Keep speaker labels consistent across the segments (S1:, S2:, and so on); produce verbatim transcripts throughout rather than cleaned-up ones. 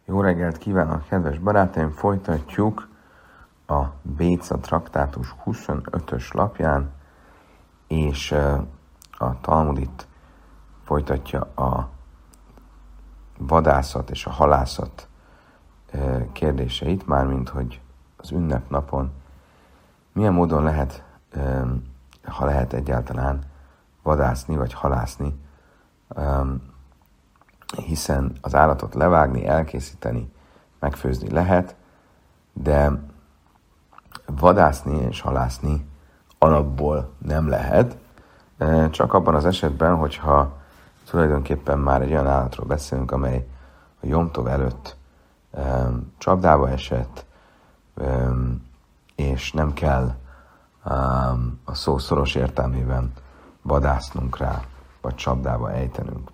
S1: Jó reggelt kívánok, kedves barátaim! Folytatjuk a Béca traktátus huszonötös lapján, és a Talmud itt folytatja a vadászat és a halászat kérdéseit, mármint hogy az ünnepnapon milyen módon lehet, ha lehet egyáltalán vadászni vagy halászni, hiszen az állatot levágni, elkészíteni, megfőzni lehet, de vadászni és halászni alapból nem lehet, csak abban az esetben, hogyha tulajdonképpen már egy olyan állatról beszélünk, amely a Jom Tov előtt um, csapdába esett, um, és nem kell um, a szó szoros értelmében vadásznunk rá, vagy csapdába ejtenünk.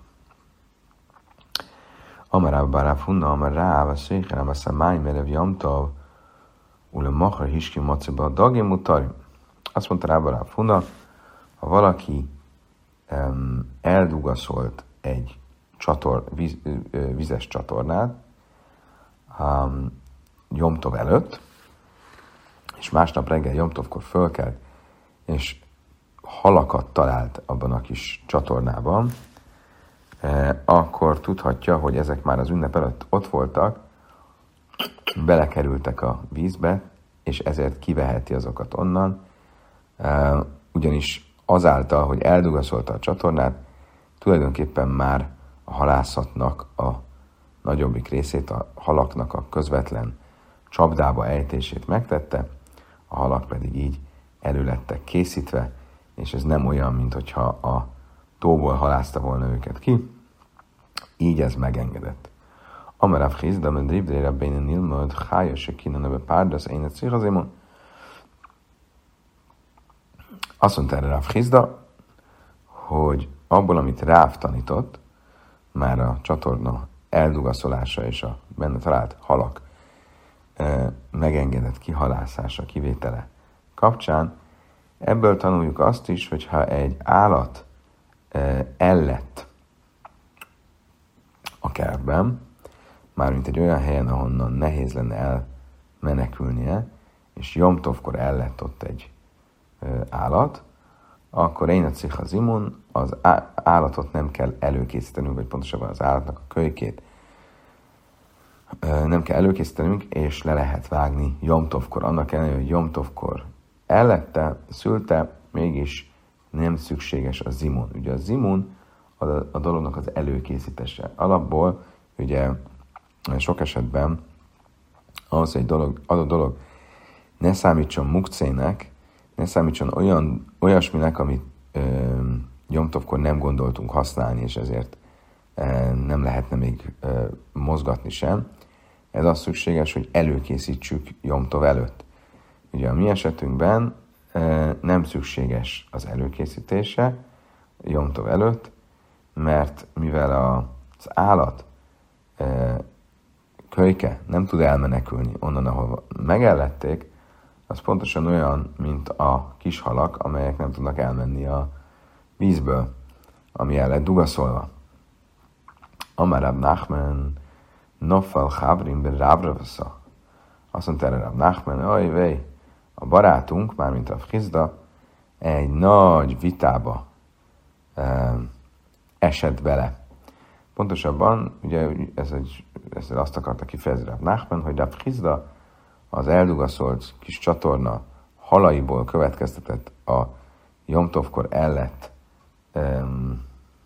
S1: Amarav Barav Huna, Amar Ráv, a Szécherem, a Szemály, Merev Jom Tov, Ule Machar Hiski Maciba, Dagim Utarim. Azt mondta Ráv Barav Huna, ha valaki um, eldugaszolt egy csator, víz, vizes csatornát um, Jom Tov előtt, és másnap reggel Jom Tovkor fölkelt, és halakat talált abban a kis csatornában, eh, akkor tudhatja, hogy ezek már az ünnep előtt ott voltak, belekerültek a vízbe, és ezért kiveheti azokat onnan, eh, ugyanis azáltal, hogy eldugaszolta a csatornát, tulajdonképpen már a halászatnak a nagyobbik részét, a halaknak a közvetlen csapdába ejtését megtette, a halak pedig így elő lettek készítve, és ez nem olyan, mint hogyha a tóból halászta volna őket ki, így ez megengedett. Amarav Chizda, men dribdei rabbeinu nilmod, chája se kinanebe párdasz, én egy szíchazémon. Azt mondta erre Rav Chizda, hogy abból, amit Ráv tanított, már a csatorna eldugaszolása és a benne talált halak e, megengedett kihalászása, kivétele kapcsán, ebből tanuljuk azt is, hogy ha egy állat e, ellett a kertben, mármint egy olyan helyen, ahonnan nehéz lenne elmenekülnie, és Jom Tovkor ellett ott egy e, állat, akkor én a cichazimun, az állatot nem kell előkészítenünk, vagy pontosabban az állatnak a kölykét nem kell előkészítenünk, és le lehet vágni Jom Tovkor. Annak ellenére, hogy Jom Tovkor ellette, szülte, mégis nem szükséges a zimun. Ugye a zimun a, a dolognak az előkészítése. Alapból, ugye sok esetben ahhoz, hogy egy dolog, adott dolog ne számítson mukcének, ne számítson olyan, olyasminek, amit ö, Jom Tovkor nem gondoltunk használni, és ezért ö, nem lehetne még ö, mozgatni sem. Ez az szükséges, hogy előkészítsük Jom Tov előtt. Ugye a mi esetünkben ö, nem szükséges az előkészítése Jom Tov előtt, mert mivel a, az állat ö, kölyke nem tud elmenekülni onnan, ahol megellették, az pontosan olyan, mint a kis halak, amelyek nem tudnak elmenni a vízből, ami el lett dugaszolva. Amar Rab Nachman, Nofal Chabrim ben Rabravasza. Azt mondta erre Rab Nachman, oj vej, a barátunk, mármint a Chizda, egy nagy vitába e, esett bele. Pontosabban, ugye ez egy, ezzel azt akarta kifejezni Rab Nachman, hogy Rab Chizda az eldugaszolt kis csatorna halaiból következtetett a Jom Tovkor ellett um,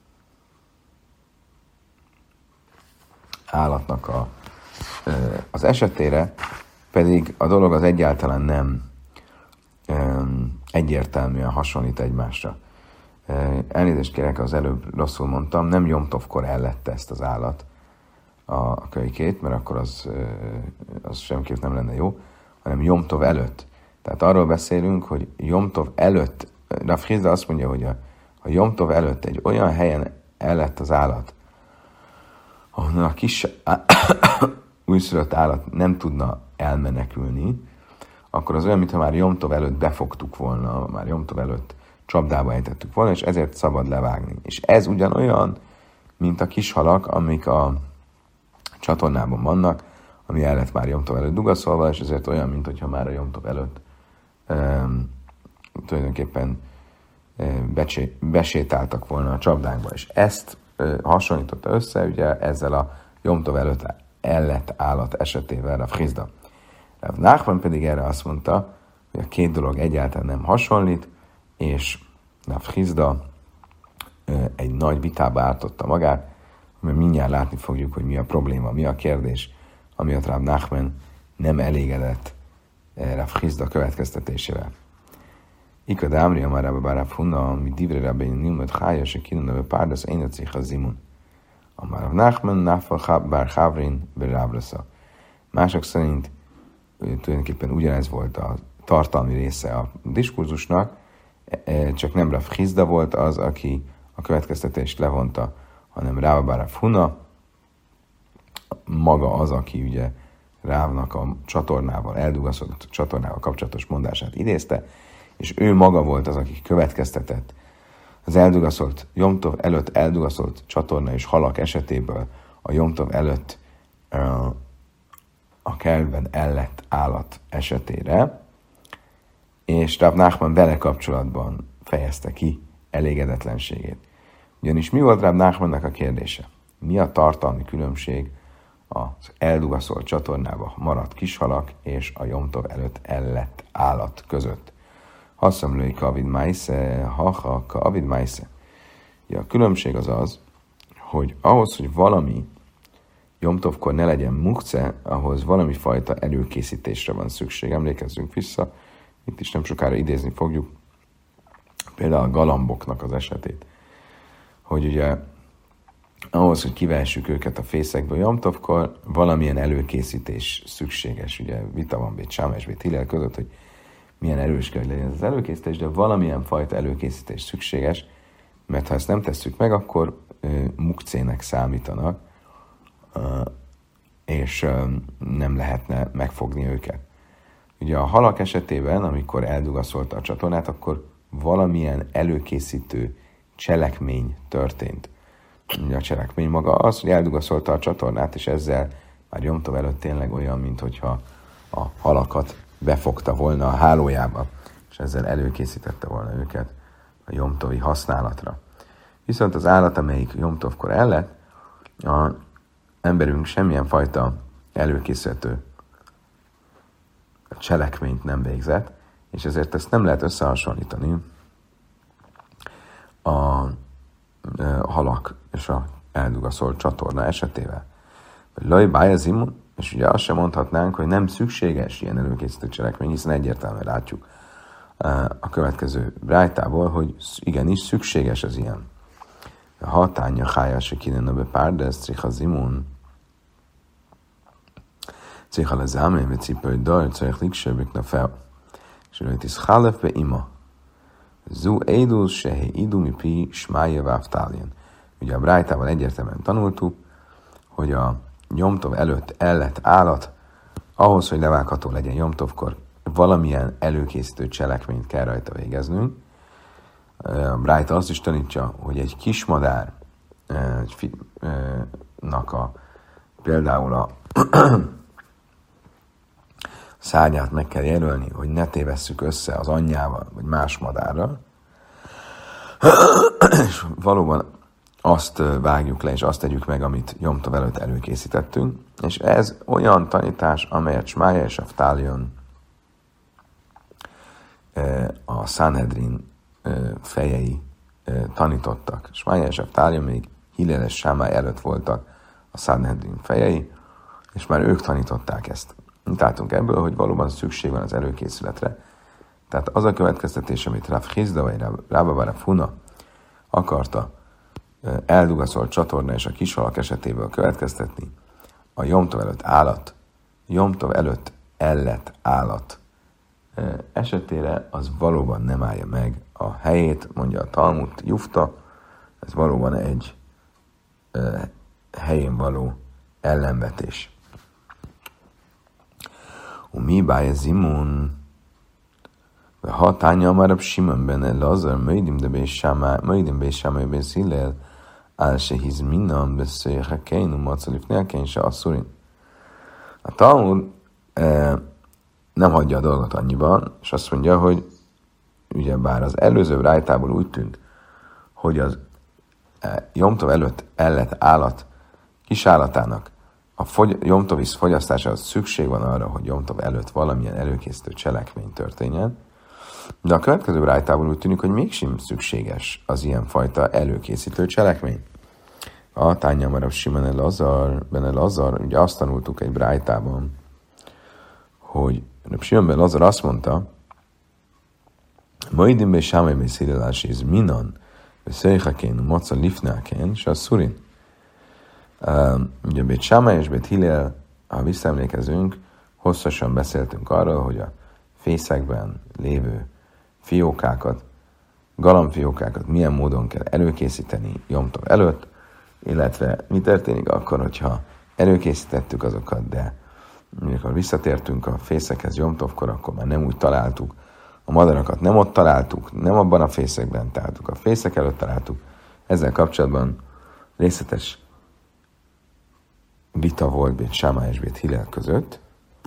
S1: állatnak a, uh, az esetére, pedig a dolog az egyáltalán nem um, egyértelműen hasonlít egymásra. Uh, elnézést kérek, az előbb rosszul mondtam, nem Jom Tovkor ellette ezt az állat, a kölykét, mert akkor az, az semmiképp nem lenne jó, hanem Jom Tov előtt. Tehát arról beszélünk, hogy Jom Tov előtt, Rav Chizda azt mondja, hogy a, a Jom Tov előtt egy olyan helyen ellett az állat, ahonnan a kis újszülött állat nem tudna elmenekülni, akkor az olyan, mintha már Jom Tov előtt befogtuk volna, már Jom Tov előtt csapdába ejtettük volna, és ezért szabad levágni. És ez ugyanolyan, mint a kis halak, amik a csatornában vannak, ami el lett már Jomtov előtt dugaszolva, és ezért olyan, mintha már a Jomtov előtt um, tulajdonképpen um, becsé, besétáltak volna a csapdánkba, és ezt um, hasonlította össze ugye ezzel a Jomtov előtt el lett állat esetével a Frizda. Rav Nachman pedig erre azt mondta, hogy a két dolog egyáltalán nem hasonlít, és a Frizda egy nagy vitába ártotta magát, mert mindjárt látni fogjuk, hogy mi a probléma, mi a kérdés, amiatt Rav Nachman nem elégedett Rav Frizda következtetésével. Ika dámri a Rav Bar Huna, mi divre Rabbein Nilmet Chája, se kinunave párdasz, én a cicha zimun. A Rav Nachman náfa bár Chavrin berábrasza. Mások szerint tulajdonképpen ugyanez volt a tartalmi része a diskurzusnak, csak nem Rav Frizda volt az, aki a következtetést levonta, hanem Rav Bar Huna, maga az, aki ugye Rávnak a csatornával, eldugaszott csatornával kapcsolatos mondását idézte, és ő maga volt az, aki következtetett az eldugaszolt, Jomtov előtt eldugaszolt csatorna és halak esetéből a Jomtov előtt uh, a kertben ellett állat esetére, és Rav Nachman vele kapcsolatban fejezte ki elégedetlenségét. Ugyanis mi volt Rav Nachmannak a kérdése? Mi a tartalmi különbség az eldugaszolt csatornába maradt kishalak és a Jomtov előtt ellett állat között? Hasszamlői kavid májsze, haha kavid májsze. Ja, a különbség az az, hogy ahhoz, hogy valami Jomtovkor ne legyen mukce, ahhoz valami fajta előkészítésre van szükség. Emlékezzünk vissza, itt is nem sokára idézni fogjuk például a galamboknak az esetét, hogy ugye ahhoz, hogy kivehessük őket a fészekből Jomtovkor, valamilyen előkészítés szükséges. Ugye vita van Bét Sáma és Bét Hillel között, hogy milyen erős kell, hogy legyen ez az előkészítés, de valamilyen fajta előkészítés szükséges, mert ha ezt nem tesszük meg, akkor uh, mukcének számítanak, uh, és uh, nem lehetne megfogni őket. Ugye a halak esetében, amikor eldugaszolta a csatornát, akkor valamilyen előkészítő cselekmény történt. Ugye a cselekmény maga az, hogy eldugaszolta a csatornát, és ezzel már Jomtov előtt tényleg olyan, mintha a halakat befogta volna a hálójába, és ezzel előkészítette volna őket a jomtovi használatra. Viszont az állat, amelyik Jomtovkor ellett, a emberünk semmilyen fajta előkészítő cselekményt nem végzett, és ezért ezt nem lehet összehasonlítani a, a halak és a eldugaszolt csatorna esetével. Laj bájazimun, és ugye azt sem mondhatnánk, hogy nem szükséges ilyen előkészítő cselekmény, hiszen egyértelműen látjuk a következő brájtából, hogy igenis szükséges az ilyen. Ha tánya hája se kéne be pár, de ez cicha zimun. Cicha le zámén, vagy cipőj dar, cajek ligsebük na fel. És ő is hálef be ima. Zú édul se hé idu mi pi smáje váftáljen. Ugye a brájtával egyértelműen tanultuk, hogy a Jomtov előtt ellett állat, ahhoz, hogy levágható legyen Jomtovkor, valamilyen előkészítő cselekményt kell rajta végeznünk. A brájta azt is tanítja, hogy egy kismadárnak a például a szárnyát meg kell jelölni, hogy ne tévesszük össze az anyjával, vagy más madárral. És valóban azt vágjuk le, és azt tegyük meg, amit Jomtov előtt előkészítettünk. És ez olyan tanítás, amelyet Smája és Aftálion a Sanhedrin fejei tanítottak. Smája és Aftálion még Hillel és Sámály előtt voltak a Sanhedrin fejei, és már ők tanították ezt. Látunk ebből, hogy valóban szükség van az előkészületre. Tehát az a következtetés, amit Rav Frizda vagy Rav Bar Huna akarta eldugaszolt csatorna és a kishalak esetéből következtetni, a Jomtov előtt állat, Jomtov előtt ellett állat esetére, az valóban nem állja meg a helyét, mondja a Talmud Jufta, ez valóban egy helyén való ellenvetés. Mi bája zimun, ha tánya már a Simon benne Lazar, möjdim de bésámá, möjdim bésámá, bész Hillel, áll se hiz minnam beszélhe kénu macalifnél kén se asszurin. A Talmud e, nem hagyja a dolgot annyiban, és azt mondja, hogy ugyebár az előző rájtából úgy tűnt, hogy az e, Jomtov előtt ellett állat kisállatának a fogy, Jomtovisz fogyasztásához szükség van arra, hogy Jomtov előtt valamilyen előkészítő cselekmény történjen, de a következő rájtából úgy tűnik, hogy mégsem szükséges az ilyenfajta előkészítő cselekmény. A Tánja Marav Simon Lazar, Bene Lazar, ugye azt tanultuk egy brájtában, hogy Simon Ben Lazar azt mondta, Maidim be Sámai be Szidilás és Minan, be Szeichakén, Maca Lifnákén, és a Szurin. Uh, ugye Bét Sámai és Bét Hillel, ha visszaemlékezünk, hosszasan beszéltünk arról, hogy a fészekben lévő fiókákat, galambfiókákat milyen módon kell előkészíteni Jomtov előtt, illetve mi történik akkor, hogyha előkészítettük azokat, de amikor visszatértünk a fészekhez Jomtovkor, akkor már nem úgy találtuk, a madarakat nem ott találtuk, nem abban a fészekben találtuk, a fészek előtt találtuk. Ezzel kapcsolatban részletes vita volt Bét Sámai és Bét Hillel között.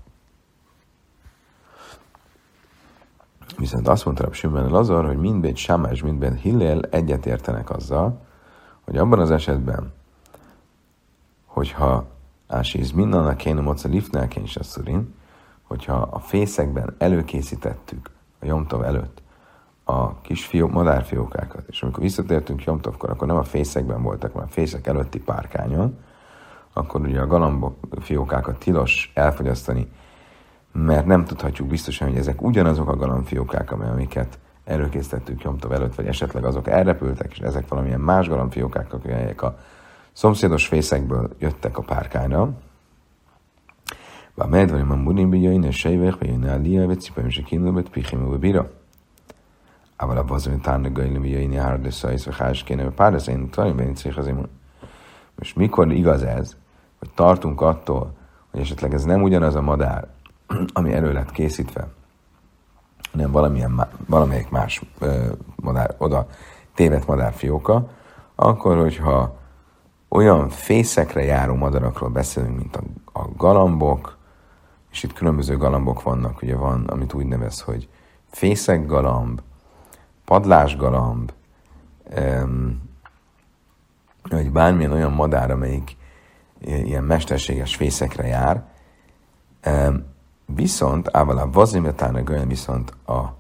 S1: Viszont azt mondta Rab Simon ben Lazar, hogy mind Bét Sámai és mind Bét Hillel egyetértenek azzal, hogy abban az esetben, hogyha Ásiz mindannak kéne moca liftnál kénysaszurin, hogyha a fészekben előkészítettük a Jomtov előtt a kis fió, madárfiókákat, és amikor visszatértünk Jomtovkor, akkor nem a fészekben voltak, már a fészek előtti párkányon, akkor ugye a galambok fiókákat tilos elfogyasztani, mert nem tudhatjuk biztosan, hogy ezek ugyanazok a galambfiókák, amiket előkészítettük Jomtov előtt, vagy esetleg azok elrepültek, és ezek valamilyen más galambfiókák, amelyek a szomszédos fészekből jöttek a párkányra. Bár medvani man bunim bijain, és sejvek, vagy jön el lia, vagy cipem, és kínulbet, pichimú, vagy bira. Ával a bazony tárnagailim bijain, járde szajsz, vagy hás kéne, vagy pár én talán ben itt az immun. Most mikor igaz ez, hogy tartunk attól, hogy esetleg ez nem ugyanaz a madár, ami elő lett készítve, hanem valamilyen, valamelyik más ö, madár, oda tévedt madárfióka, akkor, hogyha olyan fészekre járó madarakról beszélünk, mint a, a galambok, és itt különböző galambok vannak, ugye van, amit úgy nevez, hogy fészekgalamb, padlásgalamb, um, vagy bármilyen olyan madár, amelyik ilyen mesterséges fészekre jár, um, viszont, ávalá vazimetának olyan viszont a, a, a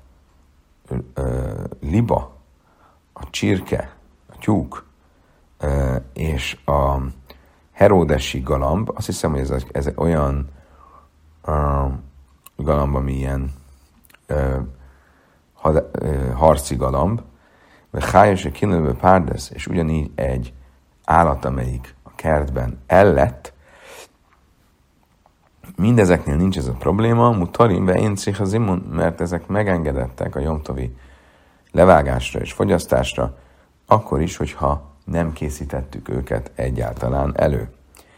S1: liba, a csirke, a tyúk, Uh, és a heródesi galamb, azt hiszem, hogy ez, ez olyan uh, galamb, ami ilyen uh, had, uh, harci galamb, vagy hájas, hogy kinőbe párdesz, és ugyanígy egy állat, amelyik a kertben ellett, mindezeknél nincs ez a probléma, mutarim be én cichazimon, mert ezek megengedettek a jomtovi levágásra és fogyasztásra, akkor is, hogyha nem készítettük őket egyáltalán elő.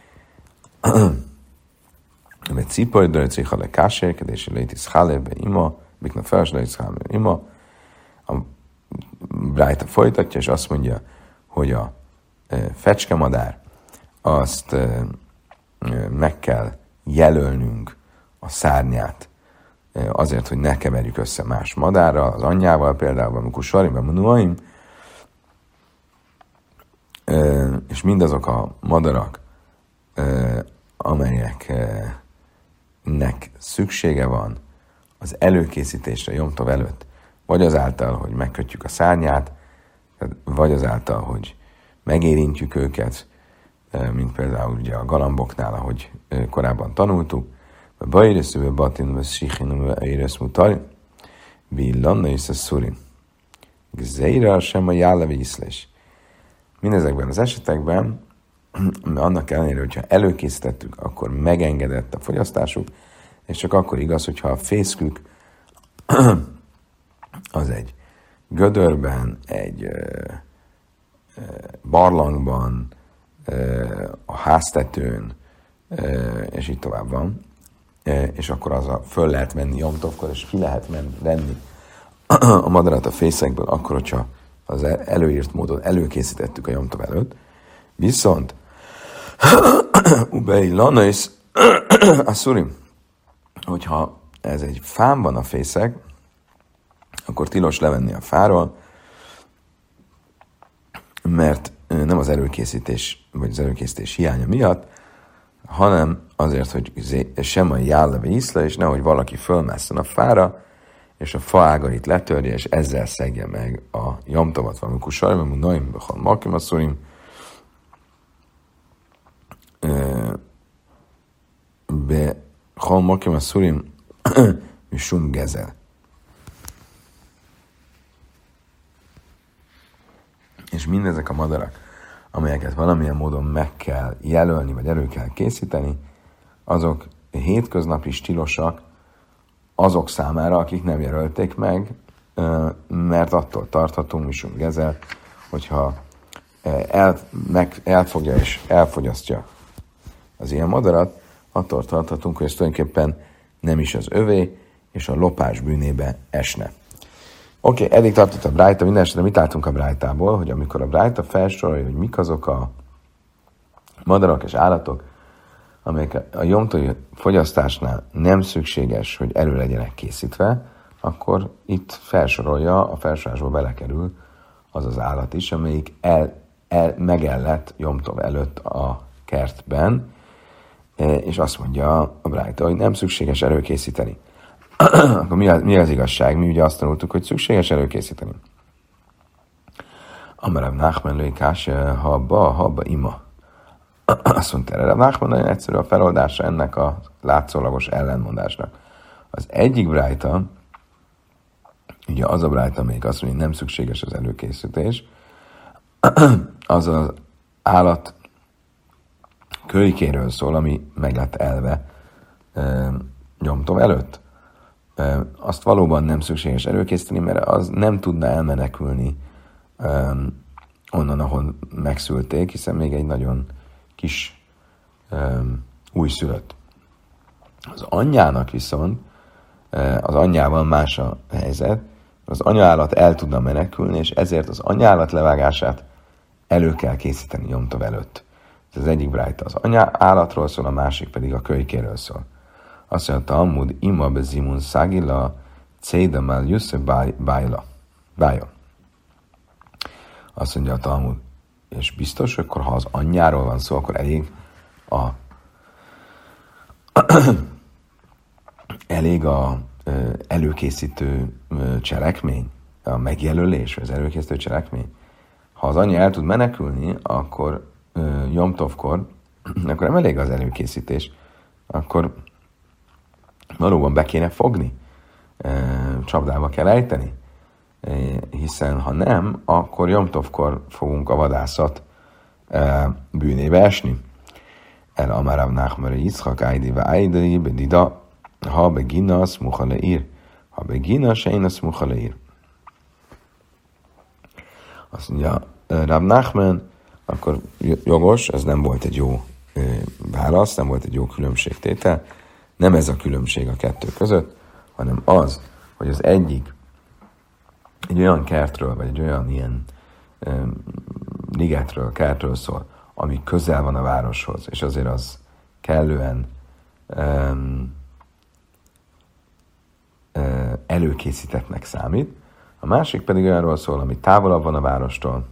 S1: Mert cipaj, de cicha le kásérkedés, létisz hálébe ima, bikna fels, létisz hálébe ima. A Brájta folytatja, és azt mondja, hogy a e, fecskemadár, azt e, e, meg kell jelölnünk a szárnyát, e, azért, hogy ne keverjük össze más madárral, az anyjával például, amikor sarimben manuaim, és mindazok a madarak, amelyeknek szüksége van az előkészítésre Jomtov előtt, vagy azáltal, hogy megkötjük a szárnyát, vagy azáltal, hogy megérintjük őket, mint például ugye a galamboknál, ahogy korábban tanultuk, Bajreszőbe batin, Sichinum, Eiresz mutari, Villanna és a Szurin. Gzeira sem a jálevi iszlés. Mindezekben az esetekben, annak ellenére, hogyha előkészítettük, akkor megengedett a fogyasztásuk, és csak akkor igaz, hogyha a fészkük az egy gödörben, egy ö, ö, barlangban, ö, a háztetőn, ö, és így tovább van, ö, és akkor az a, föl lehet menni Jomtovkor, és ki lehet menni, venni a madarat a fészekből, akkor, hogyha az előírt módon előkészítettük a Jomtov előtt, Viszont Ubei Lanais Assurim, hogyha ez egy fán van a fészek, akkor tilos levenni a fáról, mert nem az előkészítés, vagy az előkészítés hiánya miatt, hanem azért, hogy sem a jálleve iszla, és nehogy valaki fölmesszen a fára, és a faágait letörje, és ezzel szegje meg a jamtovat valami kusajban, mondjuk naim bechal makim aszurim, be hal makim aszurim, misum gezel. És mindezek a madarak, amelyeket valamilyen módon meg kell jelölni, vagy elő kell készíteni, azok hétköznapi stilosak azok számára, akik nem jelölték meg, mert attól tarthatunk, misum gezel, hogyha el, meg, elfogja és elfogyasztja az ilyen madarat, attól tarthatunk, hogy ez tulajdonképpen nem is az övé, és a lopás bűnébe esne. Oké, okay, eddig tartott a Brájta, minden esetre mit látunk a Brájtából, hogy amikor a Brájta felsorolja, hogy mik azok a madarak és állatok, amelyek a jomtói fogyasztásnál nem szükséges, hogy elő legyenek készítve, akkor itt felsorolja, a felsorolásba belekerül az az állat is, amelyik el, el, megellett jomtov előtt a kertben, és azt mondja a Brájta, hogy nem szükséges előkészíteni. Akkor mi az, mi az igazság? Mi ugye azt tanultuk, hogy szükséges előkészíteni. Amarav Nachman lőkás, habba, habba ima. Azt mondta erre, Rav Nachman nagyon egyszerű a feloldása ennek a látszólagos ellenmondásnak. Az egyik brájta, ugye az a brájta, amelyik azt mondja, hogy nem szükséges az előkészítés, az az állat kölykéről szól, ami meg lett elve e, nyomtov előtt. E, azt valóban nem szükséges előkészíteni, mert az nem tudna elmenekülni e, onnan, ahol megszülték, hiszen még egy nagyon kis e, újszülött. Az anyjának viszont, e, az anyjával más a helyzet, az anyaállat el tudna menekülni, és ezért az anyaállat levágását elő kell készíteni nyomtov előtt. Ez az egyik brájta az anyaállatról szól, a másik pedig a kölykéről szól. Azt mondja, Talmud, ima be zimun szagila, cédemel jössze bájla. Bája. Azt mondja a Talmud, és biztos, hogy akkor ha az anyjáról van szó, akkor elég a elég a előkészítő cselekmény, a megjelölés, vagy az előkészítő cselekmény. Ha az anyja el tud menekülni, akkor jomtovkor, akkor nem elég az előkészítés, akkor valóban be kéne fogni, csapdába kell ejteni, hiszen ha nem, akkor jomtovkor fogunk a vadászat bűnébe esni. El Amarav Nachman Yitzchak Ájdi ve Ájdi bedida ha begina szmucha leír, ha begina sejna szmucha leír. Azt mondja Rav Nachman, akkor jogos, ez nem volt egy jó válasz, nem volt egy jó különbségtétel. Nem ez a különbség a kettő között, hanem az, hogy az egyik egy olyan kertről, vagy egy olyan ilyen um, ligetről, kertről szól, ami közel van a városhoz, és azért az kellően um, uh, előkészítettnek számít. A másik pedig olyanról szól, ami távolabb van a várostól,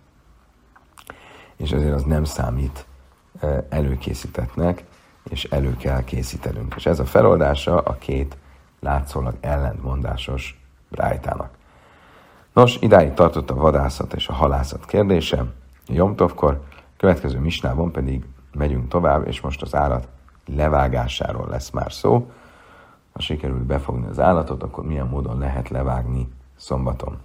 S1: és azért az nem számít uh, előkészítettnek, és elő kell készítenünk. És ez a feloldása a két látszólag ellentmondásos brájtának. Nos, idáig tartott a vadászat és a halászat kérdése. Jomtovkor, következő misnában pedig megyünk tovább, és most az állat levágásáról lesz már szó. Ha sikerül befogni az állatot, akkor milyen módon lehet levágni szombaton.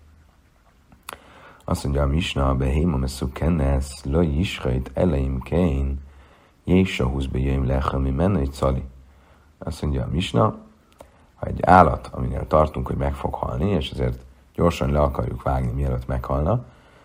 S1: Azt mondja a misna, behéma meszukkenesz, lo yishchait eleim kein, jésahusz bejöjjön lechem, menni egy cali. Azt mondja a misna, ha egy állat, aminél tartunk, hogy meg fog halni, és ezért gyorsan le akarjuk vágni, mielőtt meghalna,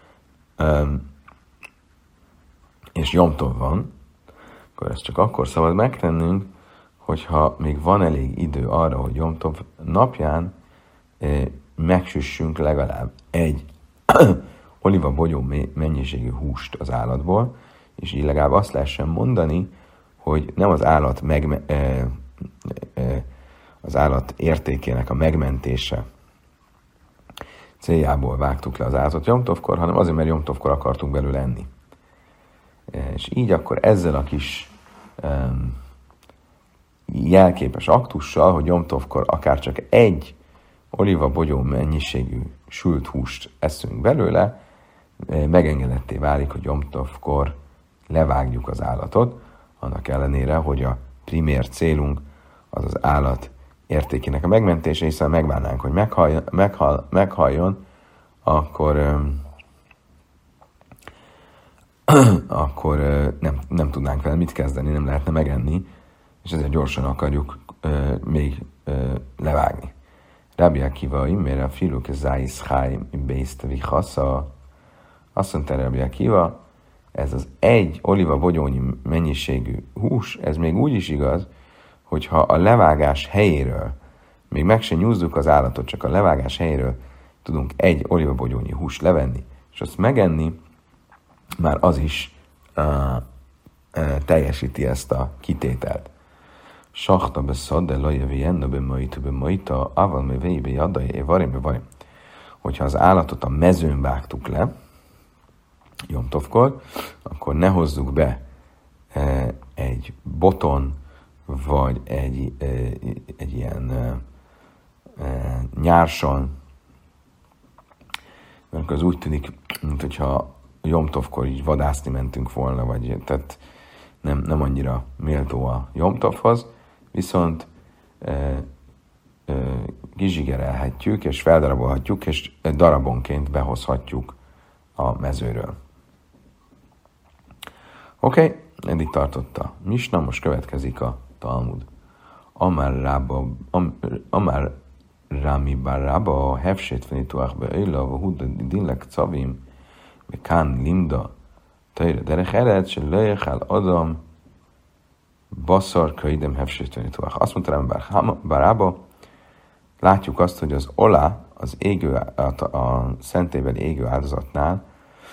S1: és jomtov van, akkor ezt csak akkor szabad megtennünk, hogyha még van elég idő arra, hogy jomtov napján megsüssünk legalább egy oliva bogyó mennyiségű húst az állatból, és így legalább azt lehessen mondani, hogy nem az állat, meg, e, e, az állat értékének a megmentése céljából vágtuk le az állatot jomtovkor, hanem azért, mert jomtovkor akartunk belőle enni. És így akkor ezzel a kis um, jelképes aktussal, hogy jomtovkor akár csak egy olivabogyó mennyiségű sült húst eszünk belőle, megengedetté válik, hogy jomtovkor levágjuk az állatot, annak ellenére, hogy a primér célunk az az állat értékének a megmentése, hiszen megvárnánk, hogy meghal, meghal, meghalljon, akkor, öm, akkor öm, nem, nem tudnánk vele mit kezdeni, nem lehetne megenni, és ezért gyorsan akarjuk öm, még öm, levágni. Rabbi Akiva, immére a filuk zájsz hájm bézt vichasza. Azt mondta Rabbi Akiva, ez az egy oliva bogyónyi mennyiségű hús, ez még úgy is igaz, hogyha a levágás helyéről, még meg se nyúzzuk az állatot, csak a levágás helyéről tudunk egy olivabogyónyi húst levenni, és azt megenni, már az is uh, uh, teljesíti ezt a kitételt. Sachta beszad, de lajevi jenna be majta be majta, aval me vejbe jadai, e varim be varim. Hogyha az állatot a mezőn vágtuk le, jomtovkor, akkor ne hozzuk be uh, egy boton, vagy egy, egy, egy ilyen e, e, nyárson, mert az úgy tűnik, mint hogyha jomtovkor így vadászni mentünk volna, vagy tehát nem, nem annyira méltó a jomtovhoz, viszont e, e, kizsigerelhetjük, és feldarabolhatjuk, és darabonként behozhatjuk a mezőről. Oké, okay, eddig tartott a misna, most következik a Talmud. Amár rába, am, amár rámi bár rába, hefsét fenituach be öjla, vahuda dinlek cavim, ve kán limda, tajra derech ered, se lejechál adam, baszar köidem hefsét fenituach. Azt mondta rámi bár rába, látjuk azt, hogy az olá, az égő, a, a szentélybeli égő áldozatnál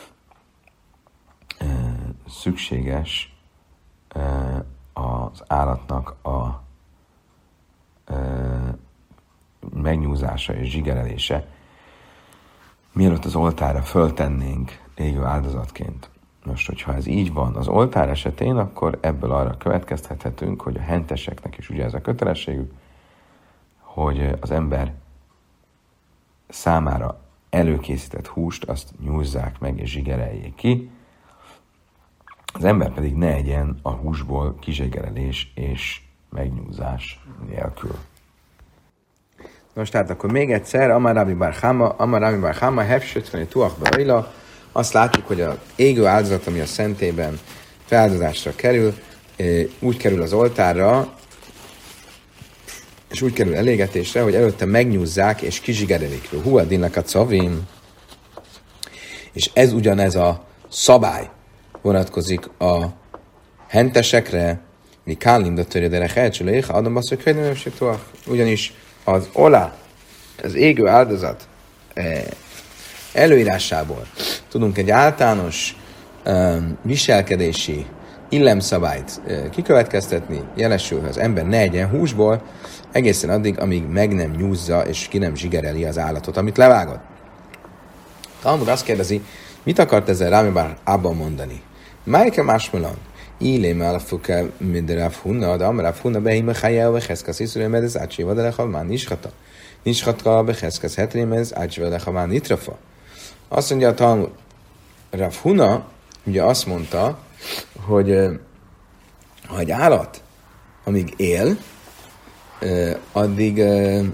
S1: e, szükséges e, az állatnak a e, megnyúzása és zsigerelése, mielőtt az oltárra föltennénk égő áldozatként. Most, hogyha ez így van az oltár esetén, akkor ebből arra következtethetünk, hogy a henteseknek is ugye ez a kötelességük, hogy az ember számára előkészített húst, azt nyúzzák meg és zsigereljék ki, az ember pedig ne egyen a húsból kizsigerelés és megnyúzás nélkül. Most tehát akkor még egyszer, Amar Rabbi Bar Chama, Amar Rabbi Bar Chama, hefsötfeni tuach beöjla, azt látjuk, hogy az égő áldozat, ami a szentében feláldozásra kerül, úgy kerül az oltárra, és úgy kerül elégetésre, hogy előtte megnyúzzák és kizsigerelik. Hú, a dinlek a cavim. És ez ugyanez a szabály vonatkozik a hentesekre, mi kállinda törjedere helcsülőjéha, adom azt, hogy könyvem se tuach. Ugyanis az olá, az égő áldozat előírásából tudunk egy általános um, viselkedési illemszabályt uh, kikövetkeztetni, jelesül, hogy az ember ne egyen húsból, egészen addig, amíg meg nem nyúzza és ki nem zsigereli az állatot, amit levágott. Talmud azt kérdezi, mit akart ezzel Rámi Bar Abba mondani? Májke másmelan, ílém alafuka minden Rav Huna, de amar Rav Huna behíme chájjel vecheszkasz iszurém ez ácséva, de lechal már nischata. Nischata becheszkasz hetrém ez ácséva, lechal már nitrafa. Azt mondja a Talmud, Rav Huna ugye azt mondta, hogy ha egy állat, amíg él, addig,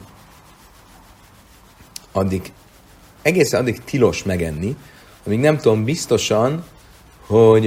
S1: addig egészen addig tilos megenni, amíg nem tudom biztosan, hogy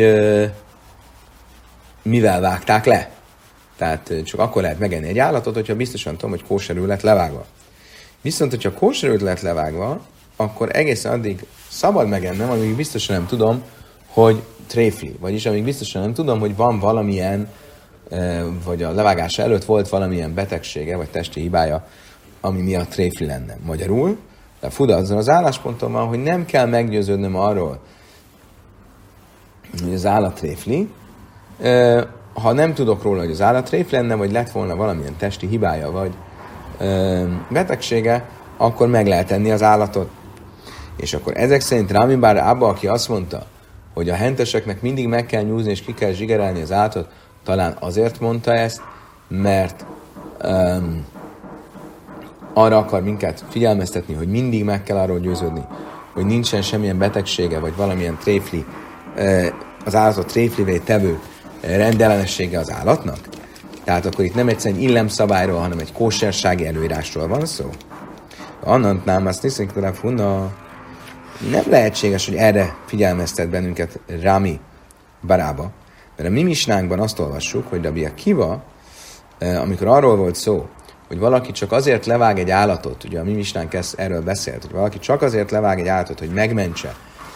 S1: mivel vágták le. Tehát csak akkor lehet megenni egy állatot, hogyha biztosan tudom, hogy kóserül lett levágva. Viszont, hogyha kóserül lett levágva, akkor egészen addig szabad megennem, amíg biztosan nem tudom, hogy tréfli. Vagyis amíg biztosan nem tudom, hogy van valamilyen, vagy a levágása előtt volt valamilyen betegsége, vagy testi hibája, ami miatt tréfli lenne. Magyarul, De Fuda azzal az állásponton van, hogy nem kell meggyőződnöm arról, hogy az állat tréfli. Ha nem tudok róla, hogy az állat tréfli lenne, vagy lett volna valamilyen testi hibája, vagy betegsége, akkor meg lehet enni az állatot. És akkor ezek szerint Rami Bar Abba, aki azt mondta, hogy a henteseknek mindig meg kell nyúzni, és ki kell zsigerelni az állatot, talán azért mondta ezt, mert um, arra akar minket figyelmeztetni, hogy mindig meg kell arról győződni, hogy nincsen semmilyen betegsége, vagy valamilyen tréfli, az állatot tréflivé tevő rendellenessége az állatnak. Tehát akkor itt nem egyszerűen illemszabályról, hanem egy kósersági előírásról van szó. Annant nám azt niszik tőle funna, nem lehetséges, hogy erre figyelmeztet bennünket Rami Barába, mert a mi misnánkban azt olvassuk, hogy Rabbi Akiva, amikor arról volt szó, hogy valaki csak azért levág egy állatot, ugye a mi misnánk erről beszélt, hogy valaki csak azért levág egy állatot, hogy megmentse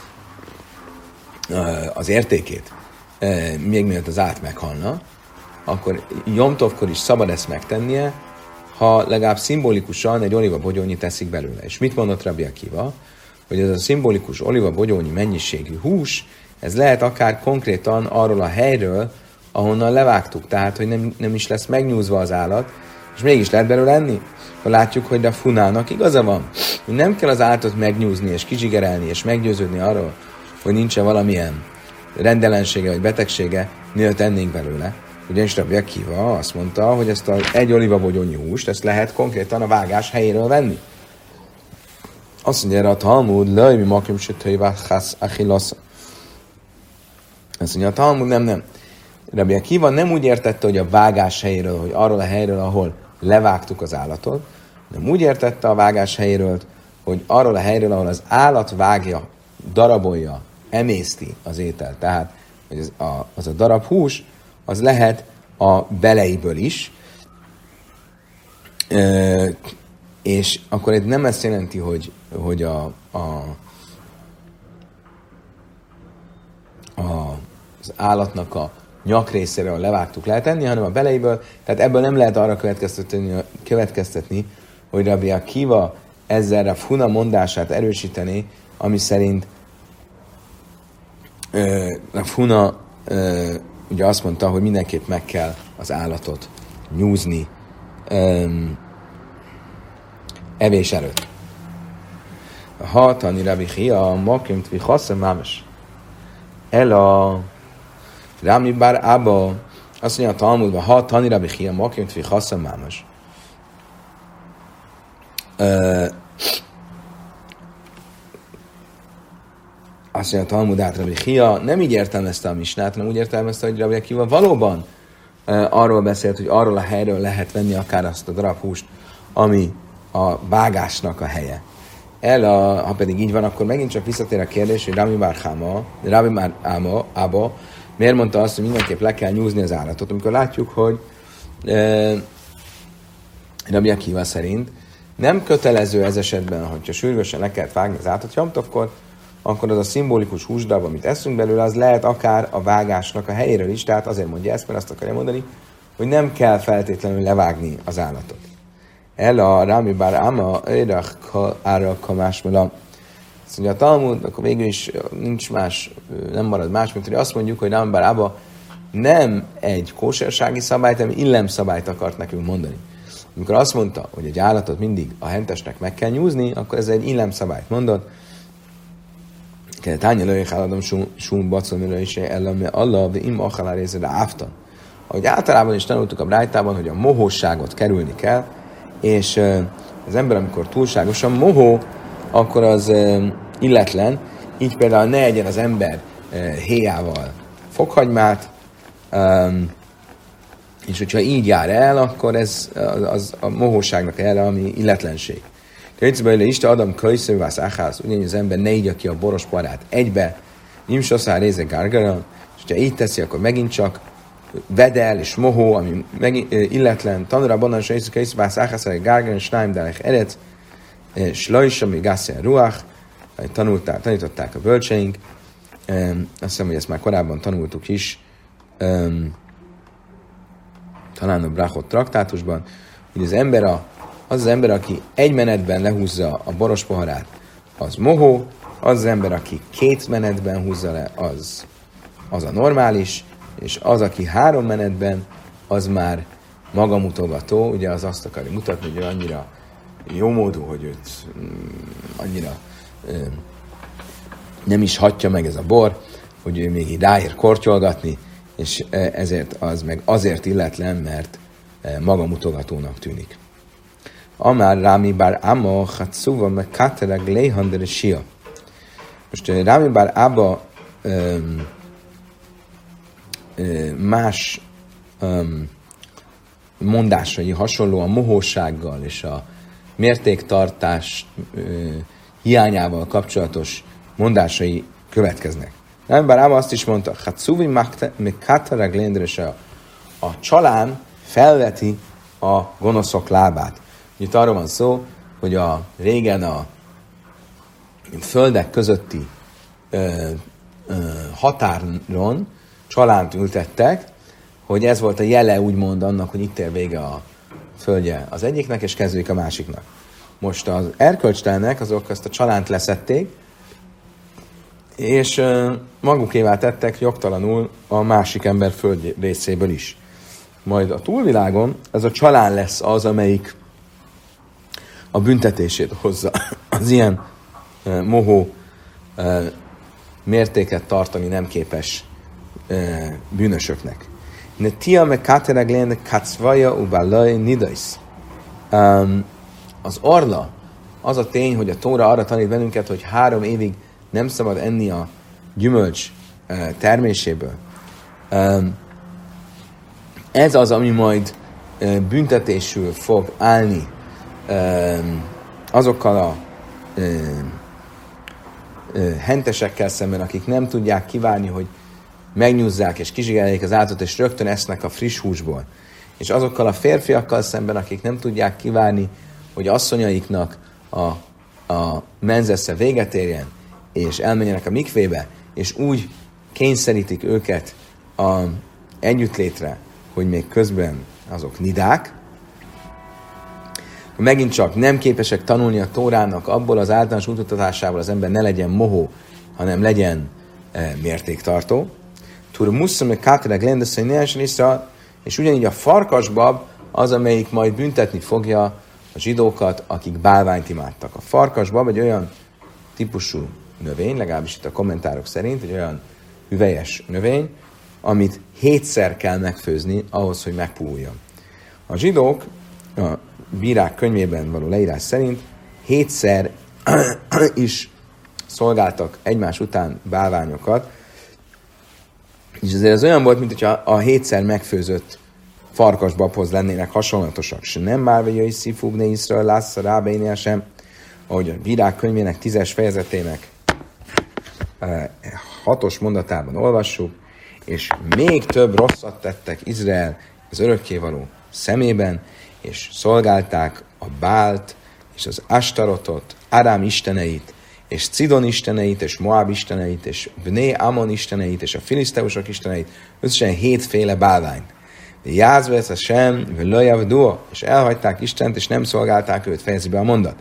S1: az értékét, még mielőtt az állat meghalna, akkor Jomtovkor is szabad ezt megtennie, ha legalább szimbolikusan egy olivabogyónyi teszik belőle. És mit mondott Rabbi Akiva? Hogy ez a szimbolikus olivabogyónyi mennyiségű hús, ez lehet akár konkrétan arról a helyről, ahonnan levágtuk, tehát, hogy nem, nem is lesz megnyúzva az állat, és mégis lehet belőle enni. Akkor látjuk, hogy a Funának igaza van, hogy nem kell az állatot megnyúzni, és kizsigerelni, és meggyőződni arról, hogy nincsen valamilyen rendellensége, vagy betegsége, mielőtt ennénk belőle. Ugyanis Rabbi Akiva azt mondta, hogy ezt az egy olivabogyónyi húst, ezt lehet konkrétan a vágás helyéről venni. Azt mondja erre a Talmud, lej, mi makim sütőivel chász achilasza. Azt mondja a Talmud, nem, nem. Rabbi Akiva nem úgy értette, hogy a vágás helyéről, hogy arról a helyről, ahol levágtuk az állatot, hanem úgy értette a vágás helyéről, hogy arról a helyről, ahol az állat vágja, darabolja, emészti az ételt. Tehát hogy az, a, az a darab hús, az lehet a beleiből is, e, és akkor ez nem ezt jelenti, hogy, hogy a, a, a, az állatnak a nyakrészéről levágtuk lehet enni, hanem a beleiből, tehát ebből nem lehet arra következtetni, következtetni hogy Rabbi Akiva ezzel a Funa mondását erősíteni, ami szerint ö, a Funa ö, ugye azt mondta, hogy mindenképp meg kell az állatot nyúzni um, evés előtt. Ha tani Rabbi Chia, makim tvi chaszem mámes. El a Rami Bar Abba, azt mondja a Talmudban, ha tani Rabbi Chia, makim tvi chaszem mámes. Azt mondja a Talmudát Rabbi Chia, nem így értelmezte a misnát, hanem úgy értelmezte, hogy Rabbi Akiva valóban uh, arról beszélt, hogy arról a helyről lehet venni akár azt a darab húst, ami a vágásnak a helye. El a, ha pedig így van, akkor megint csak visszatér a kérdés, hogy Rami Bar Chama, Rami Bar Abba miért mondta azt, hogy mindenképp le kell nyúzni az állatot, amikor látjuk, hogy uh, Rabbi Akiva szerint nem kötelező ez esetben, hogyha sürgősen le kellett vágni az állatot Jomtovkor, akkor az a szimbolikus húsdarab, amit eszünk belőle, az lehet akár a vágásnak a helyéről is, tehát azért mondja ezt, mert azt akarja mondani, hogy nem kell feltétlenül levágni az állatot. El a Rami Bar Ama, Érach Ára Kamásmela. Azt mondja a Talmud, akkor végül is nincs más, nem marad más, mint hogy azt mondjuk, hogy Rami Bar Ama nem egy kósersági szabályt, hanem illemszabályt akart nekünk mondani. Amikor azt mondta, hogy egy állatot mindig a hentesnek meg kell nyúzni, akkor ez egy illemszabályt mondott. Tánya lőjék álladom sún bacol is ellen, Allah, de imma achalá részére áftan. Ahogy általában is tanultuk a brájtában, hogy a mohóságot kerülni kell, és az ember, amikor túlságosan mohó, akkor az illetlen, így például ne egyen az ember héjával fokhagymát, és hogyha így jár el, akkor ez az a mohóságnak el, ami illetlenség. Könyvben Isten Adam könyvszövász áház, ugyanis az ember ne ígya ki a boros parát egybe, nimsaszár része gárgara, és ha így teszi, akkor megint csak vedel és mohó, ami megint, illetlen, tanulra banan se észre könyvszövász áház, hogy gárgara, snáim delek eredsz, slajs, ami gászer ruach, tanították a bölcseink, azt hiszem, hogy ezt már korábban tanultuk is, talán a Brachot traktátusban, hogy az ember a az az ember, aki egy menetben lehúzza a boros poharát, az mohó, az az ember, aki két menetben húzza le, az, az a normális, és az, aki három menetben, az már magamutogató, ugye az azt akarja mutatni, hogy ő annyira jómódú, hogy őt mm, annyira ö, nem is hatja meg ez a bor, hogy ő még így ráér kortyolgatni, és ezért az meg azért illetlen, mert magamutogatónak tűnik. Amár Rámi bár Áma Hatszúva meg Kátereg Léhandere Sia. Most Rámi bár Ába öm, öm, más öm, mondásai hasonló a mohósággal és a mértéktartás öm, hiányával kapcsolatos mondásai következnek. Rámi bár Ába azt is mondta, Hatszúvi meg Kátereg Léhandere Sia. A csalán felveti a gonoszok lábát. Itt arról van szó, hogy a régen a földek közötti ö, ö, határon csalánt ültettek, hogy ez volt a jele úgymond annak, hogy itt ér vége a földje az egyiknek, és kezdődik a másiknak. Most az erkölcstelenek azok ezt a csalánt leszették, és ö, magukévá tettek jogtalanul a másik ember föld részéből is. Majd a túlvilágon ez a csalán lesz az, amelyik a büntetését hozza az ilyen uh, mohó uh, mértéket tartani nem képes uh, bűnösöknek. Ne tia me kátereg léne kacvaja ubálaj nidaisz. Az orla, az a tény, hogy a Tóra arra tanít bennünket, hogy három évig nem szabad enni a gyümölcs uh, terméséből. Um, ez az, ami majd uh, büntetésül fog állni azokkal a ö, ö, hentesekkel szemben, akik nem tudják kivárni, hogy megnyúzzák és kizsigereljék az állatot, és rögtön esznek a friss húsból. És azokkal a férfiakkal szemben, akik nem tudják kivárni, hogy asszonyaiknak a, a menzesze véget érjen, és elmenjenek a mikvébe, és úgy kényszerítik őket a együttlétre, hogy még közben azok nidák, megint csak nem képesek tanulni a Tórának abból az általános útmutatásából az ember ne legyen mohó, hanem legyen e, mértéktartó. Túl muszom, hogy kátereg lendeszei néhány észre, és ugyanígy a farkasbab az, amelyik majd büntetni fogja a zsidókat, akik bálványt imádtak. A farkasbab egy olyan típusú növény, legalábbis itt a kommentárok szerint, egy olyan hüvelyes növény, amit hétszer kell megfőzni ahhoz, hogy megpuhuljon. A zsidók a bírák könyvében való leírás szerint hétszer is szolgáltak egymás után bálványokat, és ezért ez olyan volt, mint hogyha a hétszer megfőzött farkasbabhoz lennének hasonlatosak. Se nem már vagy jöjj szifúgné Iszrael lássza rábénél sem, ahogy a bírák könyvének tízes fejezetének eh, hatos mondatában olvassuk, és még több rosszat tettek Izrael az örökkévaló szemében, és szolgálták a Bált, és az Astarotot, Arám isteneit, és Cidon isteneit, és Moab isteneit, és Bné Amon isteneit, és a filiszteusok isteneit, összesen hétféle bálványt. De Jászvesz a sem, Völöjavdó, és elhagyták Istent, és nem szolgálták őt, fejezi be a mondat.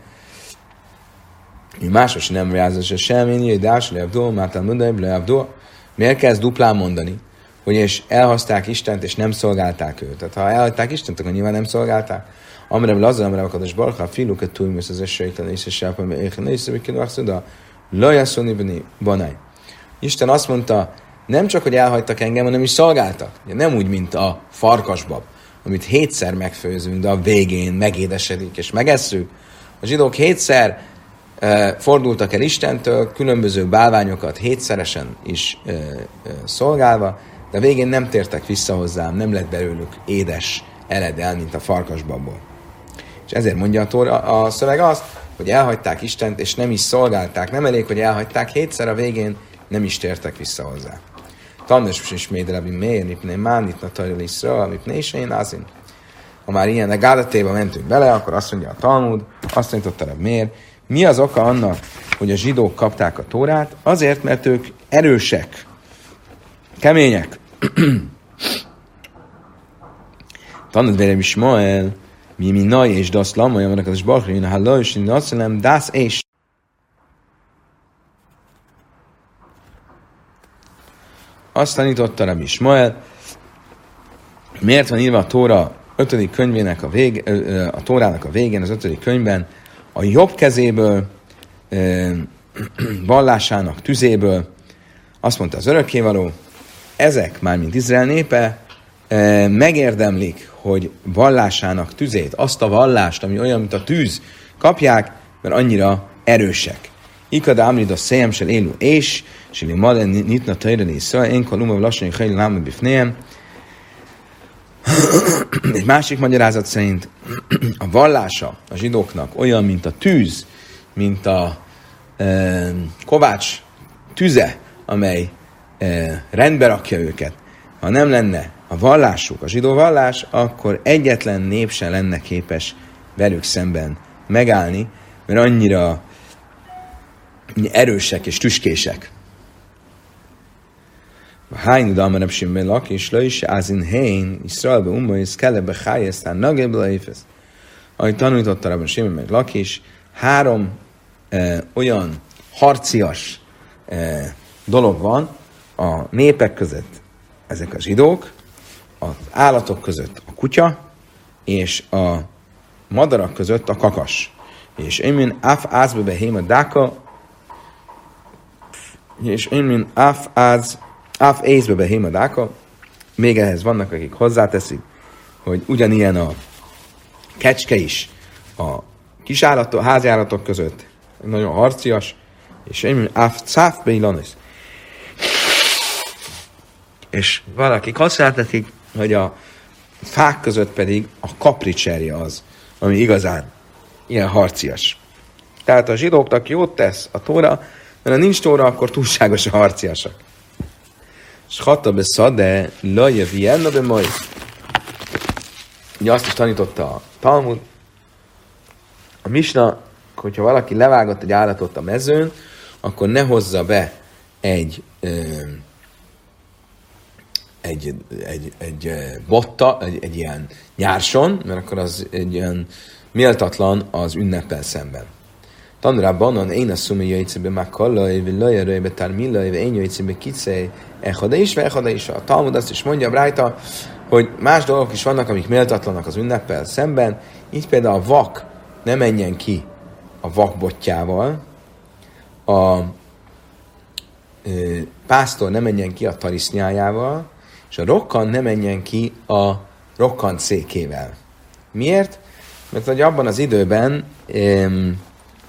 S1: Mi másos nem Jászvesz a sem, én jöjj, Dás, Lejavdó, Mátán Mundai, Lejavdó. Miért kezd duplán mondani, hogy és elhozták Istent, és nem szolgálták őt? Tehát ha elhagyták Istent, akkor nyilván nem szolgálták. Amrem Lazar, amrem akados barha, filuket túlműsz az esőjtelen, és a sápam, éhen, és a vikén vakszuda, lajaszolni banai. Isten azt mondta, nem csak, hogy elhagytak engem, hanem is szolgáltak. Nem úgy, mint a farkasbab, amit hétszer megfőzünk, de a végén megédesedik és megesszük. A zsidók hétszer uh, fordultak el Istentől, különböző bálványokat hétszeresen is uh, uh, szolgálva, de a végén nem tértek vissza hozzám, nem lett belőlük édes eledel, mint a farkasbabból. És ezért mondja a, tóra, a szöveg azt, hogy elhagyták Istent, és nem is szolgálták. Nem elég, hogy elhagyták, hétszer a végén nem is tértek vissza hozzá. Tandes is médelebi mér, mipné mánit, natajra iszra, mipné is én ázin. Ha már ilyen gádatéba mentünk bele, akkor azt mondja a Talmud, azt mondta a mér, mi az oka annak, hogy a zsidók kapták a Tórát? Azért, mert ők erősek, kemények. Tanult vélem Ismael, mi mi naj és dasz lamma, jamarnak az is balkrin, ha lajos, én azt nem dász és. Azt tanította Rabbi Ismael, miért van írva a Tóra ötödik könyvének a vég, a Tórának a végén, az ötödik könyvben, a jobb kezéből, vallásának tüzéből, azt mondta az örökkévaló, ezek, mármint Izrael népe, megérdemlik, hogy vallásának tüzét, azt a vallást, ami olyan, mint a tűz, kapják, mert annyira erősek. Ikada amrida széjem sel élu és, sili malen nyitna tajrani iszra, én kalumma lassan hajl láma bifnéjem. Egy másik magyarázat szerint a vallása a zsidóknak olyan, mint a tűz, mint a e, kovács tüze, amely e, rendbe rakja őket. Ha nem lenne a vallásuk, a zsidó vallás, akkor egyetlen nép sem lenne képes velük szemben megállni, mert annyira erősek és tüskések. Hány damarab simmel lakis, le is azin hein, Iszraelbe umma, és kelebe hájesztán nagebla éfesz. Ahogy tanította Rabban Simmel meg Lakis, három e, olyan harcias e, dolog van a népek között. Ezek a zsidók, az állatok között a kutya, és a madarak között a kakas. És én, mint af ázbe behéma dáka, és én, mint af áz, af észbe behéma dáka, még ehhez vannak, akik hozzáteszik, hogy ugyanilyen a kecske is a kisállatok, háziállatok között, nagyon harcias, és én, mint af cáf beilanis. És valakik hozzáteszik, hogy a fák között pedig a kapricserje az, ami igazán ilyen harcias. Tehát a zsidóknak jót tesz a Tóra, mert ha nincs Tóra, akkor túlságosan harciasak. És hatta be szade, laje vienna be majd. Ugye azt is tanította a Talmud, a Misna, hogyha valaki levágott egy állatot a mezőn, akkor ne hozza be egy ö, egy, egy, egy botta, egy, egy ilyen nyárson, mert akkor az egy ilyen méltatlan az ünneppel szemben. Tanrában, én a szumi jöjjtszébe megkallaj, vagy lajarajbe tármillaj, vagy én jöjjtszébe kicej, echada is, vagy echada is. A Talmud azt is mondja rajta, hogy más dolgok is vannak, amik méltatlanak az ünneppel szemben, így például a vak ne menjen ki a vakbotjával, a e, pásztor ne menjen ki a tarisznyájával, és a rokkan ne menjen ki a rokkant székével. Miért? Mert hogy abban az időben em,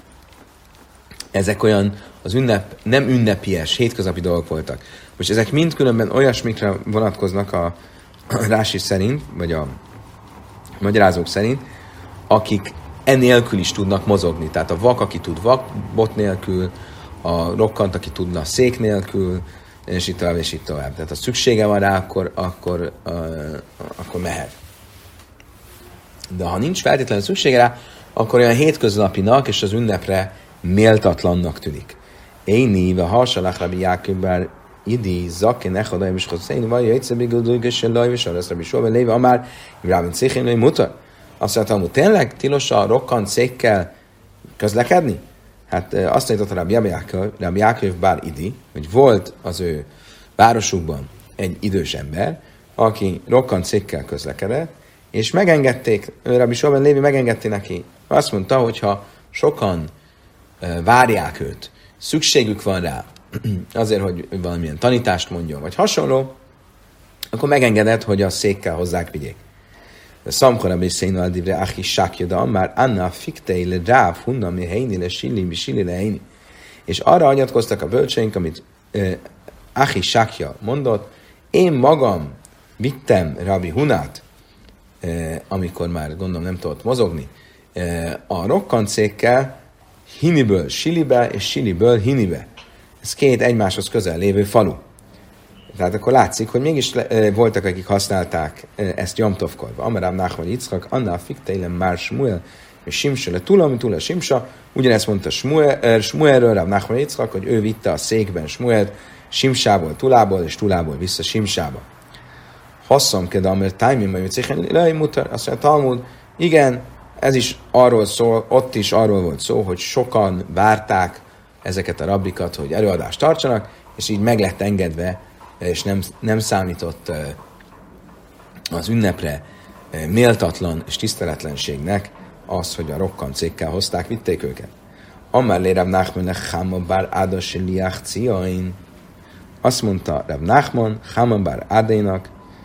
S1: ezek olyan az ünnep, nem ünnepies, hétköznapi dolgok voltak. Most ezek mind különben olyasmikre vonatkoznak a, a Rási szerint, vagy a magyarázók szerint, akik enélkül is tudnak mozogni. Tehát a vak, aki tud vakbot nélkül, a rokkant, aki tudna szék nélkül, és itt tovább, és itt tovább. Tehát ha szüksége van rá, akkor, akkor, uh, akkor mehet. De ha nincs feltétlenül szüksége rá, akkor olyan hétköznapinak és az ünnepre méltatlannak tűnik. Éni, ve harsalach Rabbi Jákob bár idi, zaken echadai, és hozzá, vagy jöjjtsze bigudulgesen laj, és arra Rabbi Sóben léve, amár, Rabbi Céchén lőj mutat. Azt mondta, hogy tényleg tilos a rokkant székkel közlekedni? Hát azt mondta Rabbi Jákob bár idi, hogy volt az ő városukban egy idős ember, aki rokkant székkel közlekedett, és megengedték, Rabbi Sóben lévi megengedte neki. Azt mondta, hogy ha sokan várják őt, szükségük van rá, azért, hogy valamilyen tanítást mondjon, vagy hasonló, akkor megengedett, hogy a székkel hozzák vigyék. De szamkora beszélni aldivre achi sákjada, már anna fiktei le ráv, hunna mi helyni le silli, mi silli le helyni. És arra hagyatkoztak a bölcseink, amit uh, achi sákja mondott, én magam vittem Rabbi Hunát, uh, amikor már gondolom nem tudott mozogni, uh, a rokkancékkel Hiniből Silibe, és Siliből Hinibe. Ez két egymáshoz közel lévő falu. Tehát akkor látszik, hogy mégis le, voltak, akik használták ezt Jomtovkorba. Amarám Nachman Yitzchak, annál fikteilen már Smuel, és Simsa le Tula, ami Tula Simsa. Ugyanezt mondta Smuel, Smuelről, Rám Nachman Yitzchak, hogy ő vitte a székben Smuelt Simsából Tulából, és Tulából vissza Simsába. Hasszam kedve, mert tájmén majd Céchen lej mutar, azt mondja Talmud, Igen, ez is arról szól, ott is arról volt szó, hogy sokan várták ezeket a rabbikat, hogy előadást tartsanak, és így meg lett engedve, és nem, nem számított az ünnepre méltatlan és tiszteletlenségnek az, hogy a rokkancékkel hozták, vitték őket. Amellé Rav Nachman Chama bar Ada Sheliach Ciain. Azt mondta Rav Nachman Chama bar Adainak,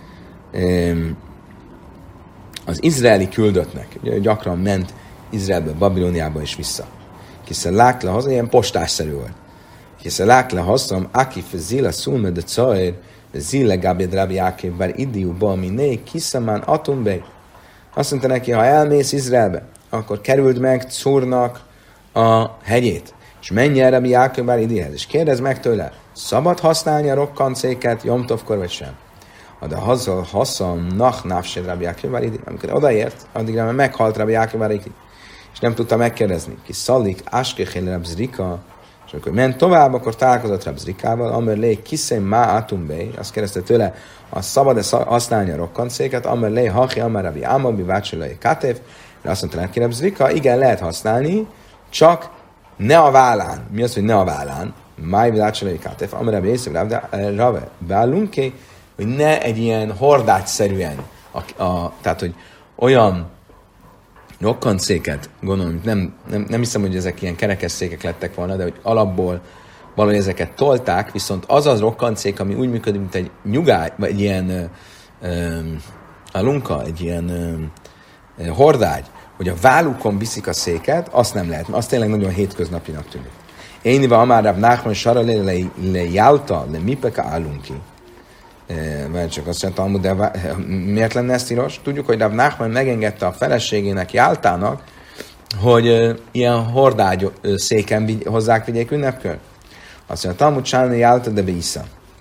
S1: az izraeli küldöttnek, ugye gyakran ment Izraelbe, Babiloniába és vissza. Kiszen lákla haza, ilyen postásszerű volt. Kiszen lákla hazam, aki fezila szulme de cair, zille gábjad Rabbi Jákév bár idiúba, ami né, kiszamán atumbej. Azt mondta neki, ha elmész Izraelbe, akkor kerüld meg Curnak a hegyét, és menj el Rabbi Jákév bár idihez, és kérdezd meg tőle, szabad használni a rokkancéket Jomtovkor vagy sem? De hazal haszam nach návsed Rabbi Jákév bár idi. Amikor odaért, addigra már meghalt Rabbi Jákév bár idi. És nem tudta megkérdezni. Ki szalik, áskechél Rab Zrika, és amikor ment tovább, akkor találkozott Rab Zrikával, amerlé kiszem má atumbej, azt kérdezte tőle, a szabad-e használni a rokkancéket, amerlé hachi, amar Rabbi Ámabi, vácsolai Katev, és azt mondta neki Rab Zrika, igen, lehet használni, csak ne a vállán. Mi az, hogy ne a vállán? Máj vácsolai Katev, amar Rabbi Észév, Rave, Bálunké, hogy ne egy ilyen hordágyszerűen, a, a, tehát, hogy olyan rokkancéket, gondolom, nem, nem, nem hiszem, hogy ezek ilyen kerekesszékek lettek volna, de hogy alapból valahogy ezeket tolták, viszont az az rokkancék, ami úgy működik, mint egy nyugály, vagy egy ilyen ö, ö, a lunka, egy ilyen ö, ö, hordágy, hogy a vállukon viszik a széket, azt nem lehet, mert az tényleg nagyon hétköznapinak tűnik. Én iva amárább Nachman Sara le jálta, le mipeka állunki. Vagy csak azt mondta, de miért lenne ez tilos? Tudjuk, hogy Rav Nachman megengedte a feleségének, Jáltának, hogy uh, ilyen hordágy uh, széken vigy, hozzák vigyék ünnepkör. Azt mondja, Talmud Sálni Jálta de vissza.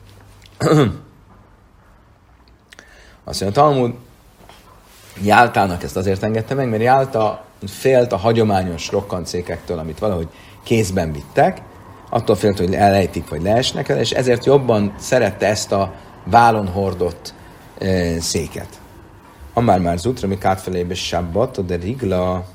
S1: Azt mondja, Talmud Jáltának ezt azért engedte meg, mert Jálta félt a hagyományos rokkancékektől, amit valahogy kézben vittek, attól félt, hogy elejtik, vagy leesnek el, és ezért jobban szerette ezt a vállon hordott e, széket. Amár már zutra, mi kátfelébe sabbat, de rigla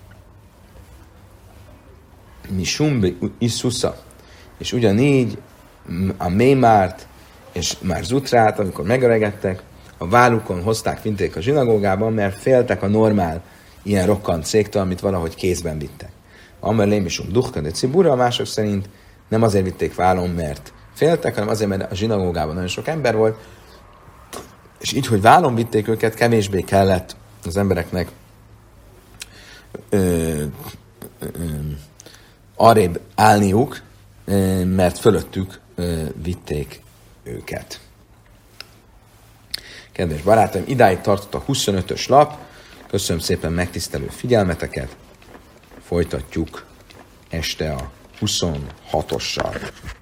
S1: mi sumbi iszusza. És ugyanígy a mémárt és már zutrát, amikor megöregedtek, a vállukon hozták, vinték a zsinagógában, mert féltek a normál ilyen rokkant széktől, amit valahogy kézben vittek. Amár lémisum duhka de cibura, a mások szerint nem azért vitték vállon, mert féltek, hanem azért, mert a zsinagógában nagyon sok ember volt, és így, hogy vállon vitték őket, kevésbé kellett az embereknek ö, ö, ö, arrébb állniuk, ö, mert fölöttük ö, vitték őket. Kedves barátaim, idáig tartott a huszonötös lap. Köszönöm szépen megtisztelő figyelmeteket. Folytatjuk este a huszonhatossal.